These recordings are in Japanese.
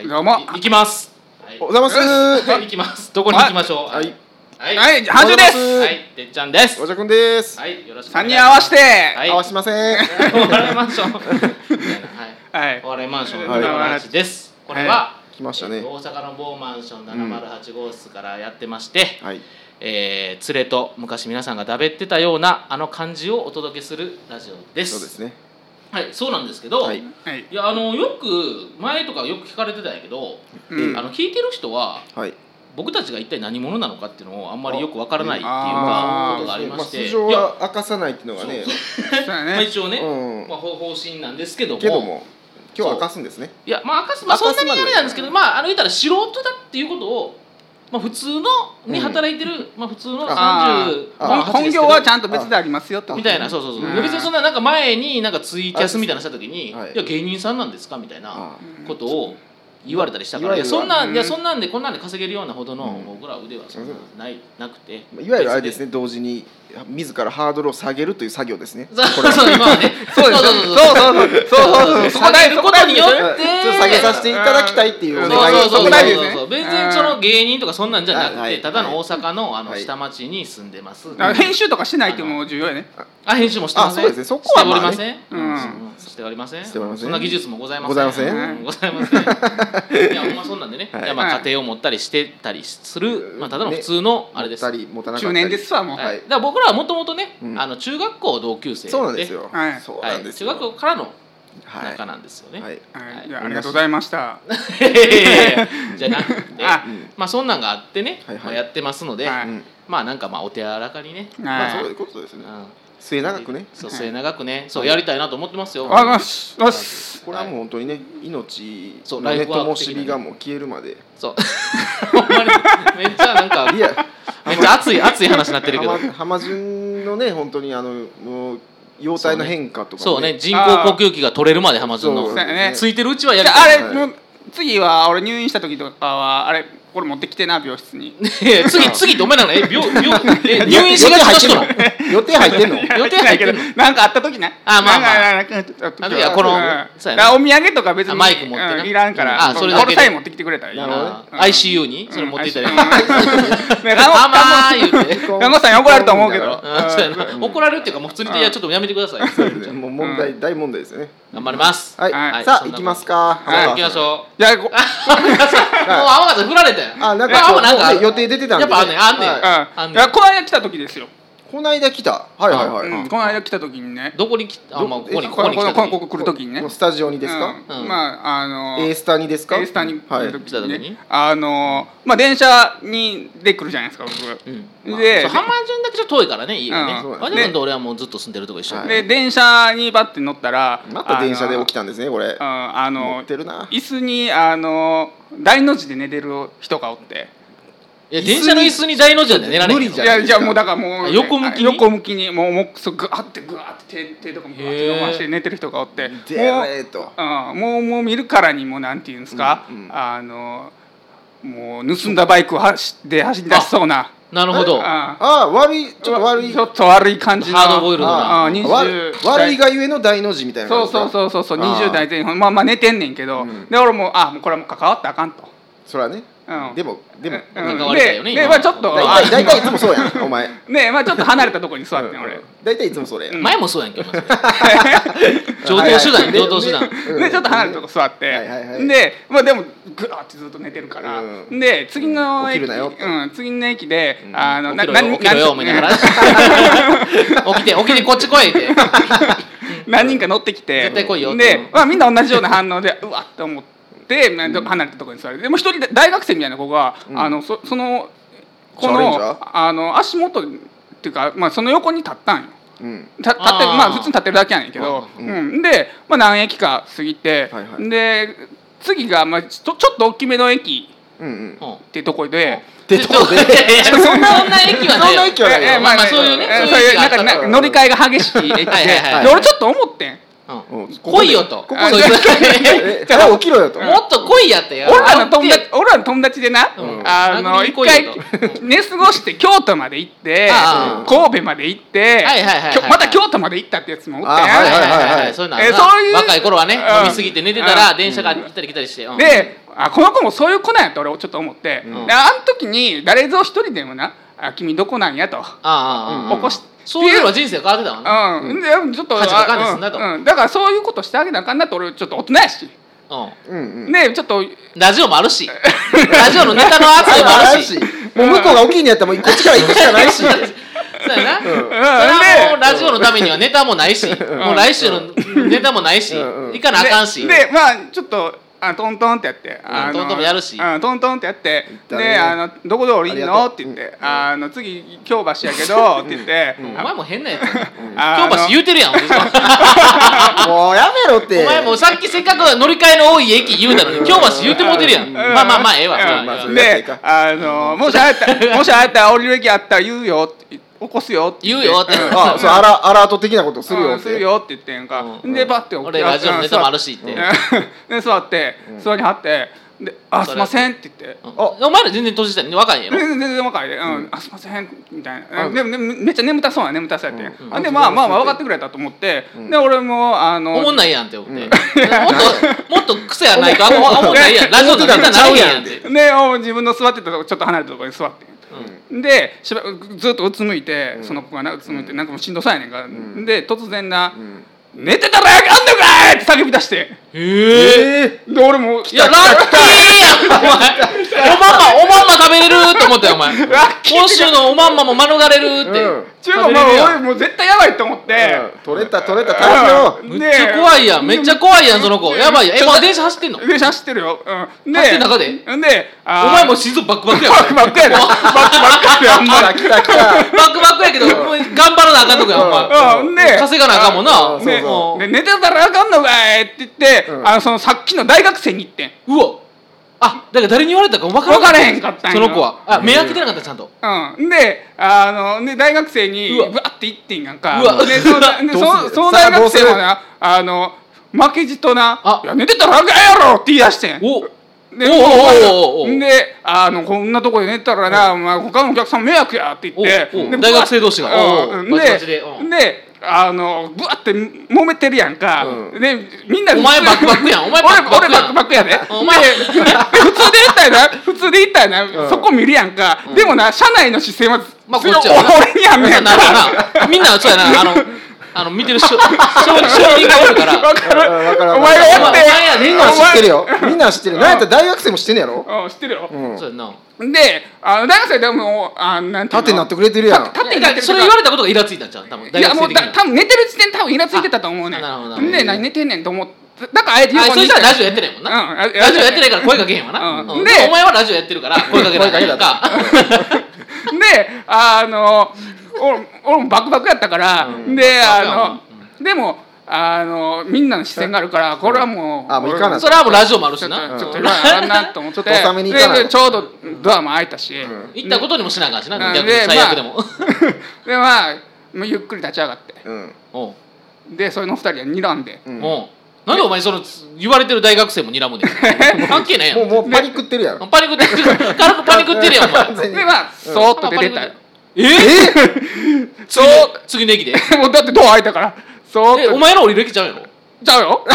どうも行きます。 おはようございます。 行きます。どこに行きましょう。 はいはい、はじゅです。 はい、てっちゃんです。 おじゃくんです。 はい、よろしくお 3 願いします。 人合わせて、 はい合わしません。 お笑いマンションはい、 お笑いマンションの話です。これは来ましたね。 大阪の某マンション708号室からやってまして、 はい、 連れと昔皆さんがだべってたようなあの感じをお届けするラジオです。 そうですね。 はい、そうなんですけど、 はい、 いやよく前とかよく聞かれてたんやけど、聞いてる人は、はい、僕たちが一体何者なのかっていうのをあんまりよくわからないっていうかことがありまして、 素性は明かさないっていうのがね、 一応ね、方針なんですけども、 今日明かすんですね。 いや明かす、そんなにあれなんですけど、言ったら素人だっていうことを普通のに働いてる、普通の30、 本業はちゃんと別でありますよとみたいな、そう別にそんな前にツイキャスみたいなした時に、いや芸人さんなんですかみたいなことを言われたりしたから、そんなんでこんなんで稼げるようなほどの僕ら腕はそんなくて、 いわゆるあれですね、同時に自らハードルを下げるという作業ですね。 そう今はね、そうそこでいることによって下げさせていただきたいっていうお願い。 そう別にその芸人とかそんなんじゃなくて、ただの大阪の下町に住んでます。 編集とかしないっていうのも重要やね。 編集もしてません。 そうですね。そこはしておりません。しておりません。そんな技術もございません。ございません。いやそんなんでね、家庭を持ったりしてたりするただの普通のあれです。 中年ですわもう。 だから僕らはもともとね、中学校同級生で、 そうなんですよ。そうなんですよ。 中学校からの仲なんですよね。 ありがとうございました。 じゃなくて、そんなんがあってね、やってますので、お手柔らかにね、 そういうことですね。末永くね。 末永くね、そうやりたいなと思ってますよ。 これはもう本当にね、命のね灯火がもう消えるまで。 そう。ほんまにめっちゃめっちゃ熱い話になってるけど。 浜順のね、本当にもう容体の変化とか。 そうね、人工呼吸器が取れるまで浜順のついてるうちはやりたい。あれもう次は俺入院した時とかはあれ。これ持ってきてな病室に。 次ってお前なの入院しがちな人の予定入ってんの？ 予定ないけどなんかあった時ね。 いやこのお土産とか別にマイク持っていらんから。それだけで持ってきてくれたらいい。 ICU にそれ持っていったらいい。 看護師さんに怒られると思うけど。 怒られるっていうかもう普通にいやちょっとやめてください。 もう大問題ですよね。 頑張ります。 はい。さあ行きますか。 行きましょう。 じゃあもう天方さん振られたよ。 なんか予定出てたんで。 やっぱあんねん。 この間来た時ですよ。 この間来た。はい。 この間来た時にね。 どこに来た？ここ来る時にね。 スタジオにですか？A スタにですか ？A スタに来る時にね。電車で来るじゃないですか僕。 で浜順だけちょっと遠いからね家がね。和田君と俺はもうずっと住んでるとこ一緒で電車にバッて乗ったらまた電車で起きたんですねこれ。 乗ってるな。 椅子に大の字で寝てる人がおって。 電車の椅子に大の字で寝られない。 無理じゃん。 いやもうだからもう横向きにもうグワって手とかもグワって伸ばして寝てる人がおって、もう見るからにもなんていうんですか、もう盗んだバイクを走り出しそうな。 なるほど。 ちょっと悪い感じのハードボイルドな。 悪いがゆえの大の字みたいな。 そう20代前半寝てんねんけど、で俺もこれはもう関わったらあかんと。 それはね。でも関わりたいよね。 ちょっと大体いつもそうやんお前。 ちょっと離れたところに座ってん俺。 大体いつもそれ。 前もそうやんけど。常套手段。 でちょっと離れたとこ座って。ででもグワってずっと寝てるから。で次の駅で起きろよ思いながら。起きてこっち来いって。 何人か乗ってきて。 絶対来いよ。 でみんな同じような反応でうわって思って。離れたところに座る。でも一人大学生みたいな子がそのこの足元っていうかその横に立ったんよ。立って普通に立ってるだけやねんけど、で何駅か過ぎて、で次がちょっと大きめの駅っていうところで。 そんな駅はないよ。そういうね。 なんか乗り換えが激しい駅で、俺ちょっと思ってん。 来いよと。 起きろよと。 もっと来いやって。 俺らの友達でな、一回寝過ごして京都まで行って、神戸まで行って、また京都まで行ったってやつもおってそういうの若い頃はね飲みすぎて寝てたら電車が行ったり来たりして。 でこの子もそういう子なんやと俺ちょっと思って、であの時に誰ぞ一人でもな君どこなんやと起こしてそういうのは人生変わってたわね。でちょっとだからそういうことしてあげなあかんなと俺ちょっと大人やし。ねちょっとラジオもあるしラジオのネタの扱いもあるしもう向こうが大きいんやったらもうこっちから行くしかないしそうやな、それはもうラジオのためにはネタもないしもう来週のネタもないし行かなあかんしでまあちょっとトントンってやってトントンもやるしトントンってやってでどこで降りんのって言って次京橋やけどって言ってお前も変なやつ京橋言うてるやんもうやめろってお前もさっきせっかく乗り換えの多い駅言うたのに京橋言うてもうてるやんまあええわでもしあったら降りる駅あったら言うよって起こすよって言うよってそうアラート的なことするよってするよって言ってんかでバッて俺ラジオのネタもあるしってで座りはってですいませんって言ってお前ら全然年下に若いんやろ全然若いですいませんみたいなでめっちゃ眠たそうやってでまあ分かってくれたと思ってで俺もおもんないやんって思ってもっと癖はないとおもんないやんラジオのネタないやんってで自分の座ってたとこちょっと離れたところに座ってでずっとうつむいてその子がなうつむいてなんかもうしんどそうやねんかで突然な寝てたらあかんのかいって叫び出してで俺もいやラッキーやんお前おまんま食べれると思ったよお前今週のおまんまも免れるって俺もう絶対やばいと思って取れた大量めっちゃ怖いやんめっちゃ怖いやんその子やばいやんまだ電車走ってんの電車走ってるよ走ってん中でお前も心臓バックバックやバックバックやなバックバックやんまだ来たバックバックやけど頑張らなあかんとこやお前稼がなあかんもんなで寝てたらあかんのかいって言ってそのさっきの大学生に行ってんうわだから誰に言われたか分からへんかったんその子は目開けてなかったちゃんとで大学生にブワッて行ってんやんかでその大学生もな負けじとないや寝てたらあかんやろって言い出してんでこんなとこで寝たらな他のお客さん迷惑やって言って大学生同士がでブワッて揉めてるやんかでみんなお前バックバックやん俺バックバックやでお前普通で行ったらなそこ見るやんかでもな車内の視線はこっちは俺にやんねんなみんなそうやな見てる証人がおるから分かるお前がやってみんな知ってるよみんな知ってるなんやったら大学生も知ってんねやろ知ってるよそうやなで大学生でも縦になってくれてるやんそれ言われたことがイラついたんちゃう多分いやもう多分寝てる時点で多分イラついてたと思うねんで何寝てんねんと思ってだからあえてそしたらラジオやってないもんなラジオやってないから声かけへんわなでお前はラジオやってるから声かけないやんかで俺もバクバクやったからでもみんなの視線があるからこれはもうそれはもうラジオもあるしなちょっとやらなと思ってちょうどドアも開いたし行ったことにもしなあかんしな逆に最悪でもでゆっくり立ち上がってでそれの2人は睨んでなんでお前その言われてる大学生も睨むねん関係ないやんもうパニクってるやろ軽くパニクってるやんお前でそーっと出てったよ次の駅でもうだってドア開いたからお前の降りる駅ちゃうやろちゃうよ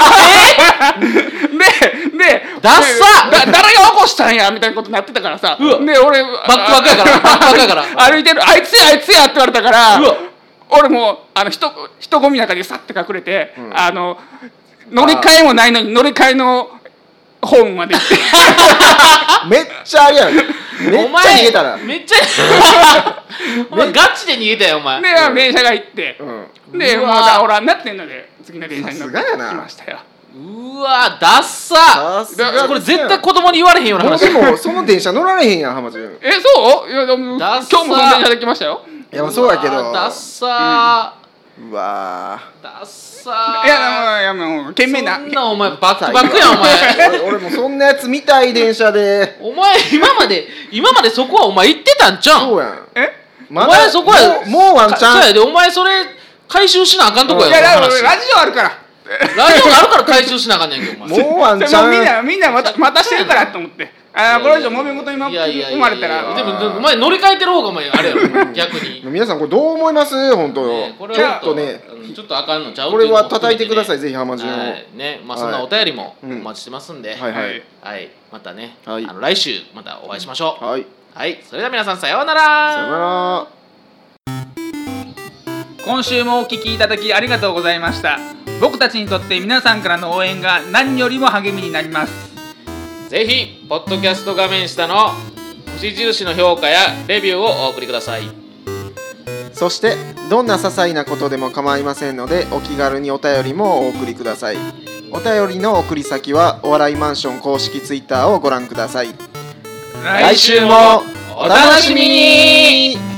でダッサ誰が起こしたんやみたいなことになってたからさで俺バックバックやから歩いてるあいつやって言われたから俺も人混みの中でさって隠れて乗り換えもないのに乗り換えのホームまで行ってめっちゃあれやんめっちゃ逃げたらめっちゃお前ガチで逃げたよお前で電車が行ってでもうおらんなってんので次の電車に乗ってきましたようわダッサこれ絶対子供に言われへんような話でもその電車乗られへんやん浜ちゃんそういやでも今日もその電車で来ましたよいやそうやけどダッサうわダッサいやもう懸命なそんなお前バックバックやんお前俺もそんなやつ見たい電車でお前今までそこはお前行ってたんちゃうんそうやんお前そこはもうワンチャンそうやでお前それ回収しなあかんとこやいやラジオあるからラジオがあるから回収しなあかんねんけどもうワンチャンみんな待たしてるからと思ってこれ以上揉め事に生まれたらでもお前乗り換えてる方がお前あれやろ逆に皆さんこれどう思います本当これはちょっとねちょっとあかんのちゃうこれは叩いてくださいぜひ浜順をねまあそんなお便りもお待ちしてますんではいまたね来週またお会いしましょうはいそれでは皆さんさようならさようなら今週もお聞きいただきありがとうございました。僕たちにとって皆さんからの応援が何よりも励みになります。 ぜひポッドキャスト画面下の星印の評価やレビューをお送りください。 そしてどんな些細なことでも構いませんのでお気軽にお便りもお送りください。お便りの送り先はお笑いマンション公式ツイッターをご覧ください。 来週もお楽しみに。